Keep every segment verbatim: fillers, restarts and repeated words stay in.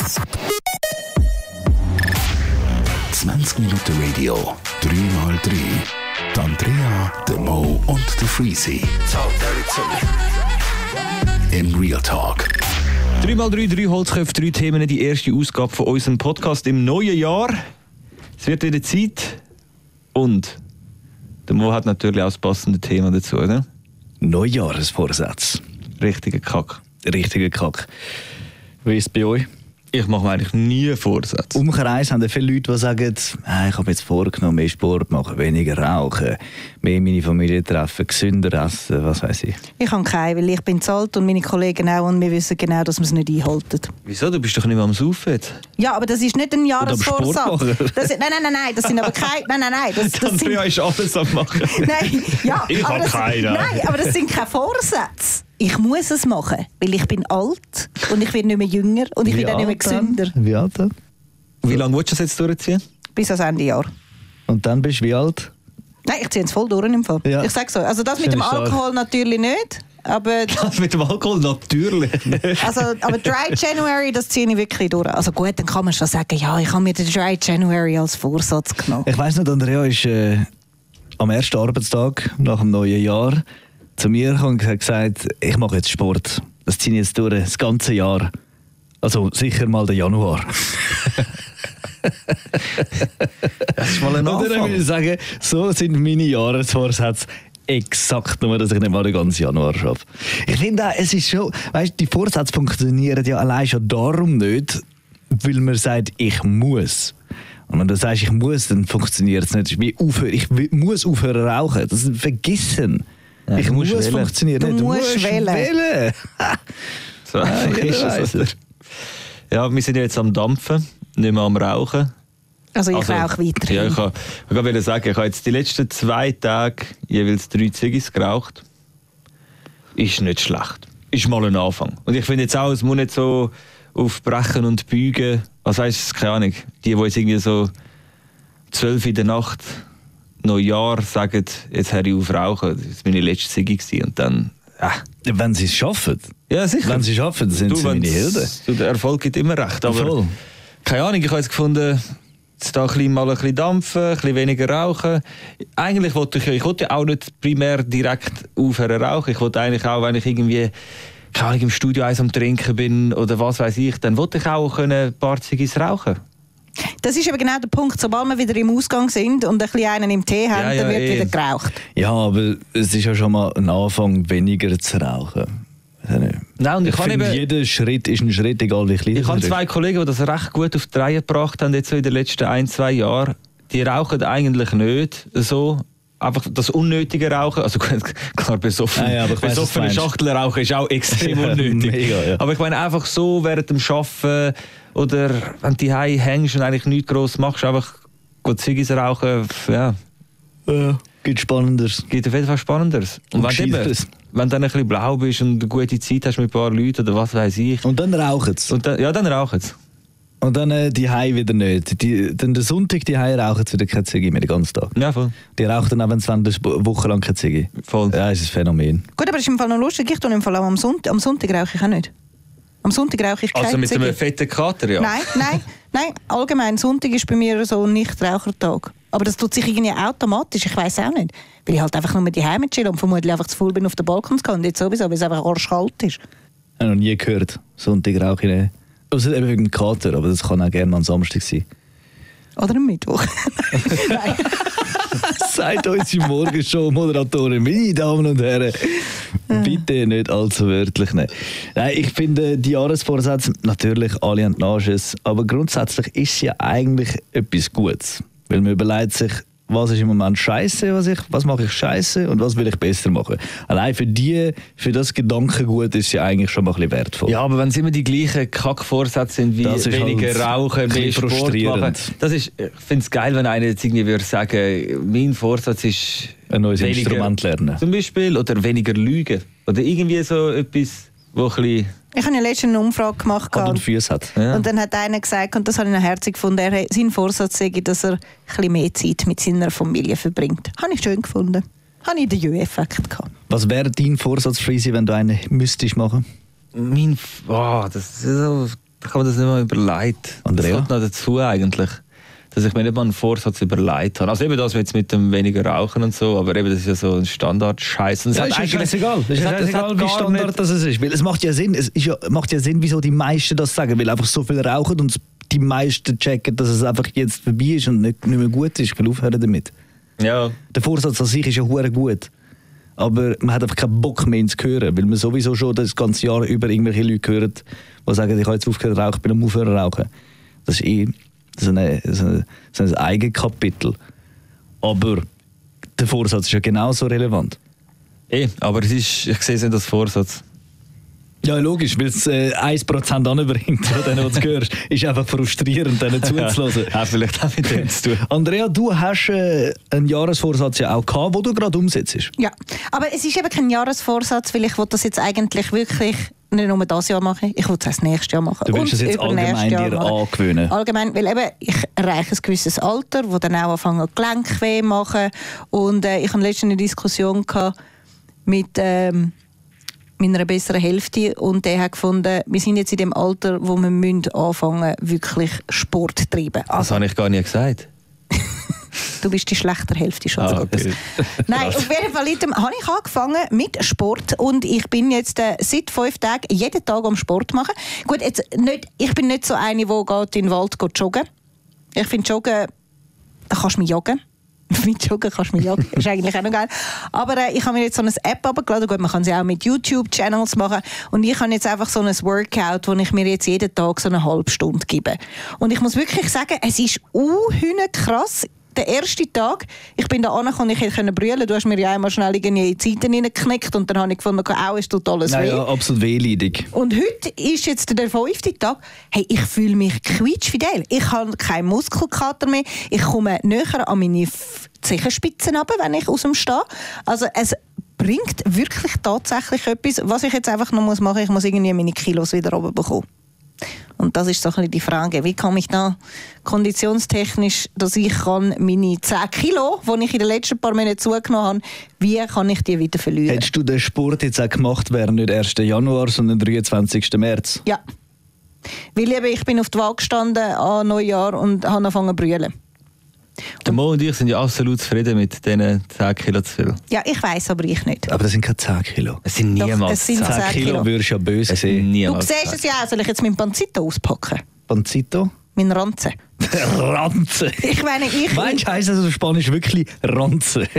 zwanzig Minuten Radio, drei mal drei. Die Andrea, der Mo und der Freezy. In Real Talk. drei mal drei, drei Holzköpfe, drei Themen, die erste Ausgabe von unserem Podcast im neuen Jahr. Es wird wieder Zeit. Und der Mo hat natürlich auch das passende Thema dazu, oder? Neujahresvorsatz. Richtiger Kack. Richtiger Kack. Wie ist es bei euch? Ich mache mir eigentlich nie Vorsätze. Umkreis haben viele Leute, die sagen, ah, ich habe jetzt vorgenommen, mehr Sport machen, weniger rauchen, mehr meine Familie treffen, gesünder essen, was weiß ich. Ich habe keinen, weil ich bin zu alt und meine Kollegen auch und wir wissen genau, dass wir es nicht einhalten. Wieso? Du bist doch nicht mehr am Saufen jetzt. Ja, aber das ist nicht ein Jahresvorsatz. Das, nein, nein, nein, nein, das sind aber keine... Nein, nein, nein. Das, das Andrea ist alles am machen. Nein, ja, ich habe keinen. Nein, aber das sind keine Vorsätze. Ich muss es machen, weil ich bin alt und ich werde nicht mehr jünger und ich werde auch nicht mehr gesünder. Wie alt dann? Wie lange willst du das jetzt durchziehen? Bis ans Ende Jahr. Und dann bist du wie alt? Nein, ich ziehe es voll durch im Fall. Ja. Ich sage so. Also das mit dem Alkohol natürlich nicht. Aber das mit dem Alkohol natürlich. also, aber Dry January, das ziehe ich wirklich durch. Also gut, dann kann man schon sagen, ja, ich habe mir den Dry January als Vorsatz genommen. Ich weiss nicht, Andrea ist äh, am ersten Arbeitstag nach dem neuen Jahr zu mir gekommen und gesagt, ich mache jetzt Sport. Das ziehe ich jetzt durch, das ganze Jahr. Also sicher mal den Januar. Das ist mal ein Anfang. Und dann würde ich sagen, so sind meine Jahresvorsätze exakt, nur dass ich nicht mal den ganzen Januar schaffe. Ich finde auch, es ist schon, weißt, die Vorsätze funktionieren ja allein schon darum nicht, weil man sagt, ich muss. Und wenn du sagst, ich muss, dann funktioniert es nicht. Wie aufhören. Ich muss aufhören zu rauchen. Das ist vergessen. Ja, ich muss wählen. funktionieren. Du, du musst, musst wählen. wählen. So einfach ist es, oder? Ja, wir sind ja jetzt am Dampfen, nicht mehr am Rauchen. Also ich Also, rauche weiter. Ja, ich kann- ich wollte sagen, ich habe jetzt die letzten zwei Tage jeweils drei Ziggis geraucht. Ist nicht schlecht. Ist mal ein Anfang. Und ich finde jetzt auch, es muss nicht so auf Brechen und Beugen. Was heisst, keine Ahnung, die, die jetzt irgendwie so zwölf in der Nacht Neujahr sagen, jetzt höre ich auf rauchen. Das war meine letzte Ziggi. Und dann, äh. Wenn sie es schaffen. Ja, sicher. Wenn sie es schaffen, dann sind Du, sie meine Helden. Du, der Erfolg gibt immer recht. Aber Voll. keine Ahnung, ich habe jetzt gefunden, jetzt da ein bisschen, mal ein bisschen dampfen, ein bisschen weniger rauchen. Eigentlich wollte ich, ich wollte ja auch nicht primär direkt aufhören rauchen. Ich wollte eigentlich auch, wenn ich irgendwie keine Ahnung, im Studio eins am Trinken bin oder was weiß ich, dann wollte ich auch können ein paar Ziggis rauchen. Das ist eben genau der Punkt. Sobald wir wieder im Ausgang sind und ein bisschen einen im Tee haben, Ja, ja, dann wird eh. wieder geraucht. Ja, aber es ist ja schon mal ein Anfang, weniger zu rauchen. Nein, und ich, Ich habe finde, eben, jeder Schritt ist ein Schritt, egal wie klein ich habe er ist. zwei Kollegen, die das recht gut auf die Reihe gebracht haben, jetzt so in den letzten ein, zwei Jahren. Die rauchen eigentlich nicht so. Einfach das unnötige Rauchen, also klar, besoffen, Ah ja, aber ich weiss, was du besoffene meinst. Schachtel rauchen ist auch extrem Ja, unnötig. mega, ja. Aber ich meine einfach so während dem Arbeiten oder wenn du zu Hause hängst und eigentlich nichts gross machst, einfach gut Ziggis rauchen, ja, Ja, gibt Spannendes. geht auf jeden Fall Spannenderes. Und, Und wenn, du eben, Gescheiteres. wenn du dann ein bisschen blau bist und eine gute Zeit hast mit ein paar Leuten oder was weiß ich, Und dann rauchen sie. und dann, ja, dann rauchen sie. Und dann äh, die Hause wieder nicht. Die, dann der Sonntag die Hause rauchen sie wieder keine Ziggy mehr den ganzen Tag. Ja, voll. Die rauchen dann auch, wenn sie wollen, eine Woche lang keine Ziggy. voll. Ja, das ist ein Phänomen. Gut, aber das ist im Fall noch lustig. Ich tue im Fall auch am Sonntag. Am Sonntag rauche ich auch nicht. Am Sonntag rauche ich keine Also mit Ziggy. einem fetten Kater, ja. Nein, nein, nein. Allgemein, Sonntag ist bei mir so ein Nichtrauchertag. Aber das tut sich irgendwie automatisch. Ich weiss auch nicht. Weil ich halt einfach nur die Heime chillen und vermutlich einfach zu faul bin, auf den Balkon zu gehen. Und jetzt sowieso, weil es einfach arschkalt ist. Ich habe noch nie gehört. Sonntag rauche ich nicht. Außer eben wegen dem Kater, aber das kann auch gerne mal am Samstag sein. Oder am Mittwoch. Nein. Sagt unsere Morgenshow-Moderatorin, meine Damen und Herren, bitte nicht allzu wörtlich nehmen. Nein, ich finde, die Jahresvorsätze, natürlich, alle haben Nasches, aber grundsätzlich ist es ja eigentlich etwas Gutes. Weil man überlegt sich, was ist im Moment scheiße, was, ich, was mache ich scheiße und was will ich besser machen. Allein für die, für das Gedankengut ist es ja eigentlich schon mal ein bisschen wertvoll. Ja, aber wenn es immer die gleichen Kackvorsätze sind wie Das ist weniger halt rauchen, ein mehr bisschen Sport frustrierend. machen, das ist, ich finde es geil, wenn einer jetzt irgendwie würde sagen, mein Vorsatz ist Ein neues weniger, Instrument lernen. zum Beispiel, oder weniger lügen. Oder irgendwie so etwas, wo ein bisschen... Ich habe ja letztens eine Umfrage gemacht. Hand und Füße hat. Ja. Und dann hat einer gesagt, und das habe ich noch herzig gefunden, er, sein Vorsatz sei, dass er ein bisschen mehr Zeit mit seiner Familie verbringt. Habe ich schön gefunden. Habe ich den Jö-Effekt gehabt. Was wäre dein Vorsatz, Freezy, wenn du einen müsstest machen? Mein, oh, das ist so, Ich habe mir das nicht mal überlegt. Andrea? Das kommt noch dazu eigentlich. Dass ich mir nicht mal einen Vorsatz überlegt habe. Also eben das jetzt mit dem weniger Rauchen und so, aber eben das ist ja so ein Standard-Scheiß. Ja, ist ja scheißegal. Es ist scheißegal, wie Standard das ist. Weil es macht ja Sinn, es ist ja, macht ja Sinn, wieso die meisten das sagen. Weil einfach so viel rauchen und die meisten checken, dass es einfach jetzt vorbei ist und nicht, nicht mehr gut ist. Ich will aufhören damit. Ja. Der Vorsatz an sich ist ja hure gut. Aber man hat einfach keinen Bock mehr ins Hören, weil man sowieso schon das ganze Jahr über irgendwelche Leute hört, die sagen, ich habe jetzt aufgehört zu rauchen, ich bin am Aufhören zu rauchen. Das ist eh so ein, so ein, so ein Eigenkapitel. Aber der Vorsatz ist ja genauso relevant. Eh, aber es ist, ich sehe es nicht als Vorsatz. Ja, logisch, weil es äh, ein Prozent anbringt, von denen, was du hörst. Ist einfach frustrierend, denen zuzuhören. Ja, vielleicht auch mit dem zu tun. Andrea, du hast äh, einen Jahresvorsatz ja auch gehabt, den du gerade umsetzt. Ja, aber es ist eben kein Jahresvorsatz, weil ich will das jetzt eigentlich wirklich nicht nur das Jahr machen, ich will es auch das nächste Jahr machen. Du willst es jetzt allgemein dir angewöhnen? Allgemein, weil eben, ich erreiche ein gewisses Alter, wo dann auch anfangen Gelenkweh machen. Und äh, ich hatte letztens eine Diskussion gehabt mit ähm, meiner besseren Hälfte und der hat gefunden, wir sind jetzt in dem Alter, wo wir müssen anfangen wirklich Sport zu treiben. Das Also, habe ich gar nicht gesagt. du bist die schlechte Hälfte schon. Ah, okay. Nein, auf jeden Fall habe ich angefangen mit Sport und ich bin jetzt äh, seit fünf Tagen jeden Tag am Sport machen. Gut, jetzt nicht, ich bin nicht so eine, die geht in den Wald geht joggen. Ich finde Joggen, da kannst du mich jagen. Mit Joggen kannst du mich jagen, ist eigentlich auch noch geil. Aber äh, ich habe mir jetzt so eine App abgeladen. Gut, man kann sie auch mit YouTube-Channels machen. Und ich habe jetzt einfach so ein Workout, wo ich mir jetzt jeden Tag so eine halbe Stunde gebe. Und ich muss wirklich sagen, es ist unhühne krass. Der erste Tag, ich bin da angekommen, ich hätte brüllen. Du hast mir ja einmal schnell irgendwie in die Seiten reingeknickt und dann habe ich gefunden, auch es tut alles weh. Ja, absolut wehleidig. Und heute ist jetzt der fünfte Tag. Hey, ich fühle mich quietschfidel. Ich habe keinen Muskelkater mehr. Ich komme näher an meine Zehenspitzen runter, wenn ich aus dem stehe. Also es bringt wirklich tatsächlich etwas. Was ich jetzt einfach noch machen muss, ich muss irgendwie meine Kilos wieder runterbekommen. Und das ist so ein bisschen die Frage, wie komme ich da konditionstechnisch, dass ich kann meine zehn Kilo, die ich in den letzten paar Monaten zugenommen habe, wie kann ich die wieder verlieren? Hättest du den Sport jetzt auch gemacht, wäre nicht ersten Januar, sondern dreiundzwanzigsten März? Ja. Weil eben, ich bin auf die Waage gestanden an Neujahr und habe angefangen zu brüllen. Der Mo und ich sind ja absolut zufrieden mit diesen zehn Kilo zu viel. Ja, ich weiss, aber ich nicht. Aber das sind keine zehn Kilo. Es sind Doch, niemals es sind zehn zehn zehn Kilo Kilo. würdest du ja böse Es sind sehen. Du niemals siehst es ja auch. Soll ich jetzt meinen Panzito auspacken? Panzito? Mein Ranzen. Ranze. Ich meine, ich... Meinst du, heisst das auf Spanisch wirklich Ranze?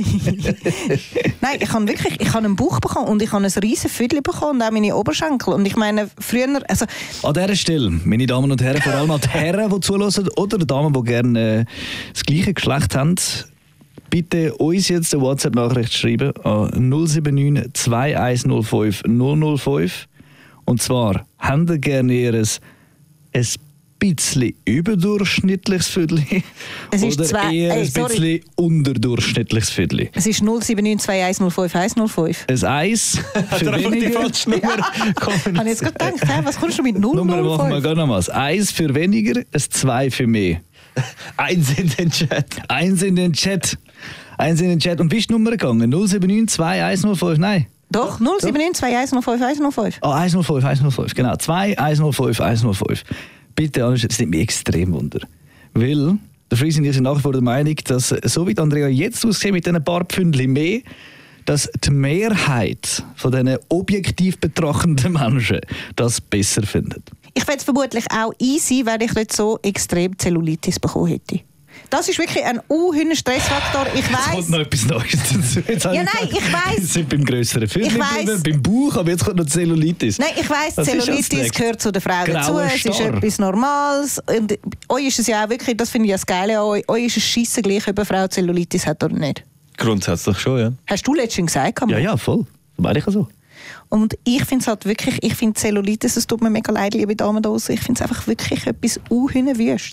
Nein, ich habe wirklich ich habe einen Bauch bekommen und ich habe ein riesen Füdli bekommen und auch meine Oberschenkel. Und ich meine, früher... Also, An dieser Stelle, meine Damen und Herren, vor allem an die Herren, die zuhören, oder die Damen, die gerne äh, das gleiche Geschlecht haben, bitte uns jetzt eine WhatsApp-Nachricht schreiben an null sieben neun zwei eins null fünf null null fünf. Und zwar, habt ihr gerne ihres ein bisschen überdurchschnittliches Viertel Es ist oder zwei- eher ey, ein sorry. bisschen unterdurchschnittliches Viertel? es ist null sieben neun zwei eins null fünf eins null fünf. Ein Eis für Einfach die weniger. falsche Nummer kommen. Habe ich jetzt gerade gedacht, hä, was kommst du mit null Nummer null machen wir fünf? gar noch mal. Ein Eis für weniger, ein Zwei für mehr. Eins in den Chat. Eins in den Chat. Eins in den Chat. Und wie ist die Nummer gegangen? null sieben neun zwei eins null fünf? Nein. Doch, null sieben neun zwei eins null fünf eins null fünf. Ah, eins null fünf, eins null fünf. Genau. zwei eins null fünf, eins null fünf. Bitte, Anus, das nimmt mich extrem wunder. Weil der Friesen ist nach wie vor der Meinung, dass so wie die Andrea jetzt aussieht, mit diesen paar Pfündchen mehr, dass die Mehrheit von diesen objektiv betrachtenden Menschen das besser findet. Ich werde es vermutlich auch easy, wenn ich nicht so extrem Zellulitis bekommen hätte. Das ist wirklich ein unhühner Stressfaktor. Ich Es kommt weiss. noch etwas Neues dazu. Jetzt Ja, habe nein, ich weiss. Wir sind beim grösseren Film, Ich weiss. beim Bauch, aber jetzt kommt noch Zellulitis. Nein, ich weiss, Was ist als Zellulitis nächstes? gehört zu den Frauen dazu. Grauer Es ist Star. etwas Normales. Und euch ist es ja auch wirklich, das finde ich ja das Geile an euch, euch ist es scheisse gleich, ob eine Frau Zellulitis hat oder nicht. Grundsätzlich schon, ja. Hast du letztens gesagt? Kamal? Ja, ja, voll. Das meine ich auch so. Und ich finde es halt wirklich, ich finde Zellulitis, es tut mir mega leid, liebe Damen da draussen, ich finde es einfach wirklich etwas unhühnerwüstes.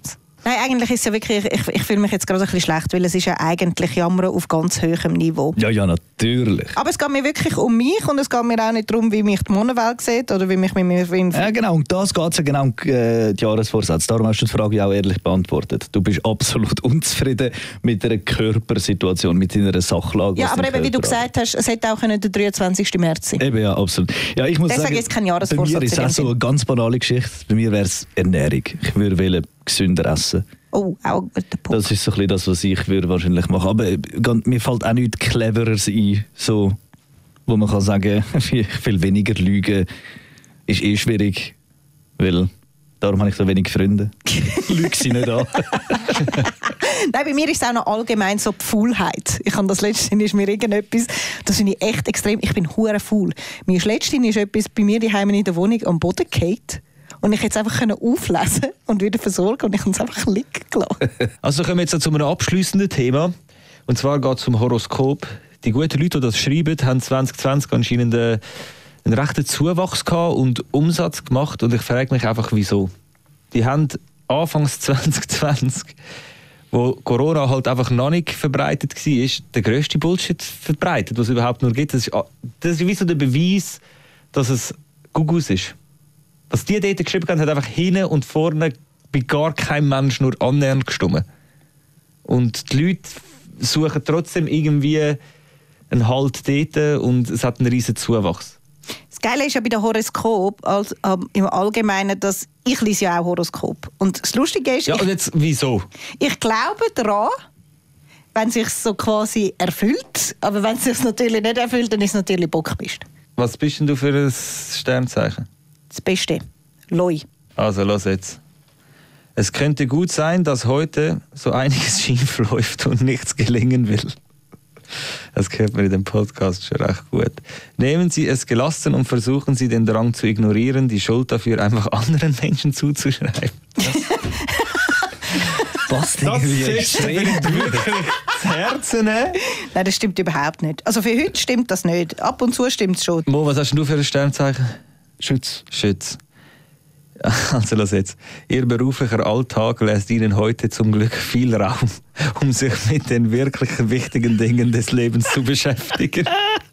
Nein, eigentlich ist es ja wirklich, ich, ich fühle mich jetzt gerade ein bisschen schlecht, weil es ist ja eigentlich Jammern auf ganz hohem Niveau. Ja, ja, natürlich. Aber es geht mir wirklich um mich und es geht mir auch nicht darum, wie mich die Monowelt sieht oder wie mich mit mir finde. Ja, genau, und das geht es ja genau um äh, die Jahresvorsätze. Darum hast du die Frage auch ehrlich beantwortet. Du bist absolut unzufrieden mit der Körpersituation, mit deiner Sachlage. Ja, aber eben, wie du gesagt hast, es hätte auch der dreiundzwanzigsten März sein. Eben, ja, absolut. Ja, ich muss Deswegen sagen, ist kein Jahresvorsatz. bei mir ist es auch so eine ganz banale Geschichte. Bei mir wäre es Ernährung. Ich würde wollen gesünder essen. Oh, auch ein guter Punkt. Das ist so ein bisschen das, was ich würde wahrscheinlich machen. Aber mir fällt auch nichts Cleveres ein, so, wo man kann sagen, viel, viel weniger lügen ist eh schwierig, weil darum habe ich so wenig Freunde. Lüge sie nicht an. Nein, bei mir ist es auch noch allgemein so die Faulheit. Ich habe das letztens ist mir irgendetwas, das finde ich echt extrem, ich bin hure faul. Mir ist letztens ist etwas bei mir daheim in der Wohnung am Boden gefallen. Und ich hätte es einfach auflesen und wieder versorgen und ich habe es einfach liegen gelassen. Also kommen wir jetzt zu einem abschliessenden Thema. Und zwar geht es um Horoskop. Die guten Leute, die das schreiben, haben zwanzig zwanzig anscheinend einen, einen rechten Zuwachs gehabt und Umsatz gemacht. Und ich frage mich einfach, wieso. Die haben Anfangs zwanzig zwanzig, wo Corona halt einfach noch nicht verbreitet war, der grösste Bullshit verbreitet, was es überhaupt nur gibt. Das ist, das ist wie so der Beweis, dass es Gugus ist. Was die dort geschrieben haben, hat einfach hinten und vorne bei gar keinem Mensch nur annähernd gestimmt. Und die Leute suchen trotzdem irgendwie einen Halt dort und es hat einen riesen Zuwachs. Das Geile ist ja bei den Horoskop also, ähm, im Allgemeinen, dass ich lese ja auch Horoskop. Und das Lustige ist, ja, und ich, jetzt, wieso? ich glaube daran, wenn es sich so quasi erfüllt. Aber wenn es sich natürlich nicht erfüllt, dann ist es natürlich Bockmist. Was bist denn du für ein Sternzeichen? Das Beste. Loi. Also, los jetzt. Es könnte gut sein, dass heute so einiges schief läuft und nichts gelingen will. Das hört man in dem Podcast schon recht gut. Nehmen Sie es gelassen und versuchen Sie den Drang zu ignorieren, die Schuld dafür einfach anderen Menschen zuzuschreiben. Was Das ist wirklich das Herzen. Nein, das stimmt überhaupt nicht. Also für heute stimmt das nicht. Ab und zu stimmt es schon. Mo, was hast du für ein Sternzeichen? Schütz. Schütz. Also los jetzt. Ihr beruflicher Alltag lässt Ihnen heute zum Glück viel Raum, um sich mit den wirklich wichtigen Dingen des Lebens zu beschäftigen.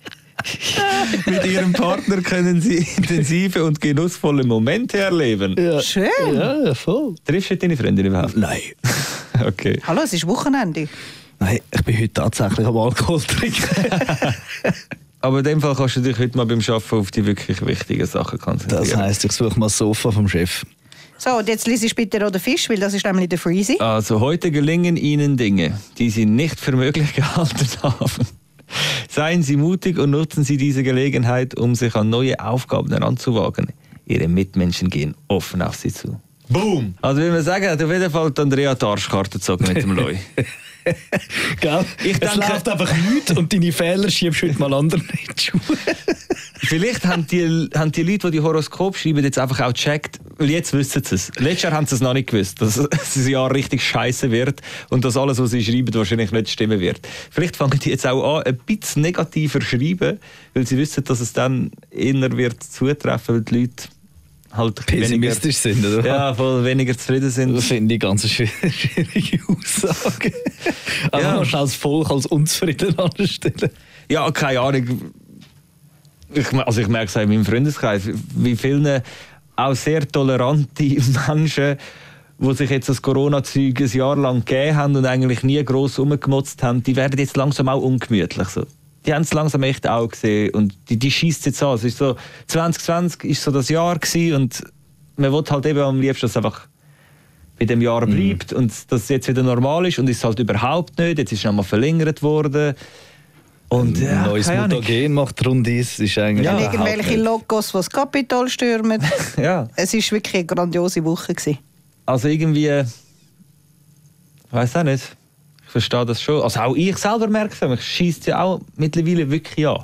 Mit Ihrem Partner können Sie intensive und genussvolle Momente erleben. Ja. Schön. Ja, voll. Triffst du deine Freundin überhaupt? Nein. Okay. Hallo, es ist Wochenende. Nein, ich bin heute tatsächlich am Alkohol trinken. Aber in dem Fall kannst du dich heute mal beim Arbeiten auf die wirklich wichtigen Sachen konzentrieren. Das heisst, ich suche mal das Sofa vom Chef. So, und jetzt liest ich bitte Roten Fisch, weil das ist nämlich der Freezy. Also heute gelingen Ihnen Dinge, die Sie nicht für möglich gehalten haben. Seien Sie mutig und nutzen Sie diese Gelegenheit, um sich an neue Aufgaben heranzuwagen. Ihre Mitmenschen gehen offen auf Sie zu. Boom! Also wie wir sagen, hat auf jeden Fall die Andrea die Arschkarte gezogen mit dem Loi. Gell? Ich es denke- läuft einfach nichts und deine Fehler schiebst du heute mal anderen in die Schuhe. Vielleicht haben die, haben die Leute, die die Horoskop schreiben, jetzt einfach auch gecheckt, weil jetzt wissen sie es. Letztes Jahr haben sie es noch nicht gewusst, dass das Jahr richtig scheiße wird und dass alles, was sie schreiben, wahrscheinlich nicht stimmen wird. Vielleicht fangen die jetzt auch an, ein bisschen negativer schreiben, weil sie wissen, dass es dann eher wird zutreffen, weil die Leute halt Pessimistisch sind, oder? ja, voll weniger zufrieden sind. Das finde ich ganz eine schwierige, schwierige Aussage. Aber Ja. man muss als Volk als unzufrieden anstellen. Ja, keine Ahnung. Ich, also ich merke es auch in meinem Freundeskreis, wie viele auch sehr tolerante Menschen, die sich jetzt das Corona-Zeug ein Jahr lang gegeben haben und eigentlich nie gross rumgemotzt haben, die werden jetzt langsam auch ungemütlich. So. Die haben es langsam echt auch gesehen und die, die schießt jetzt an. Es ist so, zwanzig zwanzig war so das Jahr gewesen und man will halt eben am liebsten, dass es einfach bei dem Jahr bleibt und dass es jetzt wieder normal ist und ist halt überhaupt nicht. Jetzt ist es nochmal verlängert worden. Und Ein ja, neues keine Ahnung. Mutagen macht Rundis. Ist eigentlich Ja. überhaupt Irgendwelche nicht. Logos, die das Kapitol stürmen. Ja. Es war wirklich eine grandiose Woche gewesen. Also irgendwie, ich weiß auch nicht, ich verstehe das schon. Also auch ich selber merke es, mich schießt ja auch mittlerweile wirklich an.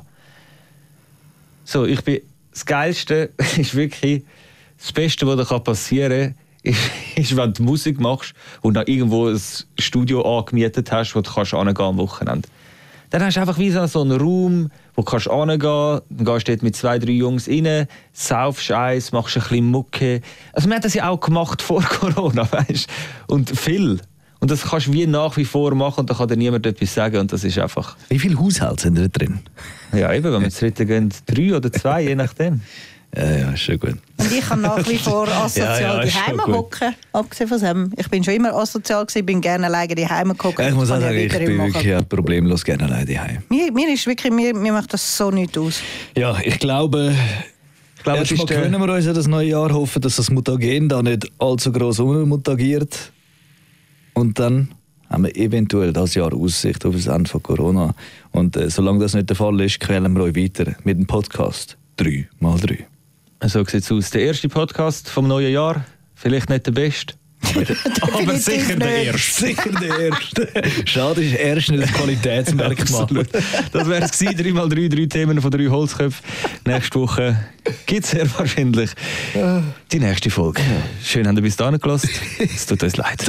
So, ich bin, das Geilste ist wirklich, das Beste, was dir passieren kann, ist, ist, wenn du Musik machst und dann irgendwo ein Studio angemietet hast, wo du kannst hingehen am Wochenende. Dann hast du einfach wie so so einen Raum, wo du kannst hingehen, dann gehst du dort mit zwei, drei Jungs rein, saufst eins, machst ein bisschen Mucke. Also wir haben das ja auch gemacht vor Corona, weißt du? Und viel. Und das kannst du wie nach wie vor machen und da kann dir niemand etwas sagen und das ist einfach... Wie viele Haushalte sind da drin? Ja, eben, wenn wir zu dritt gehen, drei oder zwei, je nachdem. Ja, ja, ist schon gut. Und ich kann nach wie vor asozial Ja, ja, ist daheim schon gut. hocken. Abgesehen von dem. Ich bin schon immer asozial gewesen, bin gerne alleine daheim gehockt. Ja, ich muss auch Kann sagen, ich weiterhin bin machen. wirklich ja, problemlos gerne alleine daheim. Mir, mir ist wirklich, mir, mir macht das so nichts aus. Ja, ich glaube, Ich glaube, es erstmal ist der- können wir uns ja das neue Jahr hoffen, dass das Mutagen da nicht allzu gross mutagiert. Und dann haben wir eventuell das Jahr Aussicht auf das Ende von Corona. Und äh, solange das nicht der Fall ist, quälen wir euch weiter mit dem Podcast drei mal drei. So sieht es aus. Der erste Podcast vom neuen Jahr. Vielleicht nicht der beste. Aber sicher der nicht. erste. Sicher der Erste. Schade, ist erst nicht das Qualitätsmerkmal. Absolut. Das wäre es gewesen. drei mal drei, drei Themen von drei Holzköpfen. Nächste Woche gibt es sehr wahrscheinlich die nächste Folge. Schön, habt ihr bis dahin gelassen. Es tut uns leid.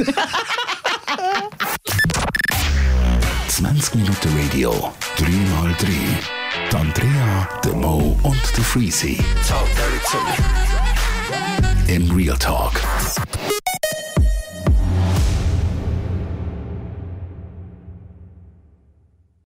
zwanzig Minuten Radio, drei mal drei. Die Andrea, der Mo und der Freezy. Talk dirty to me. In Real Talk.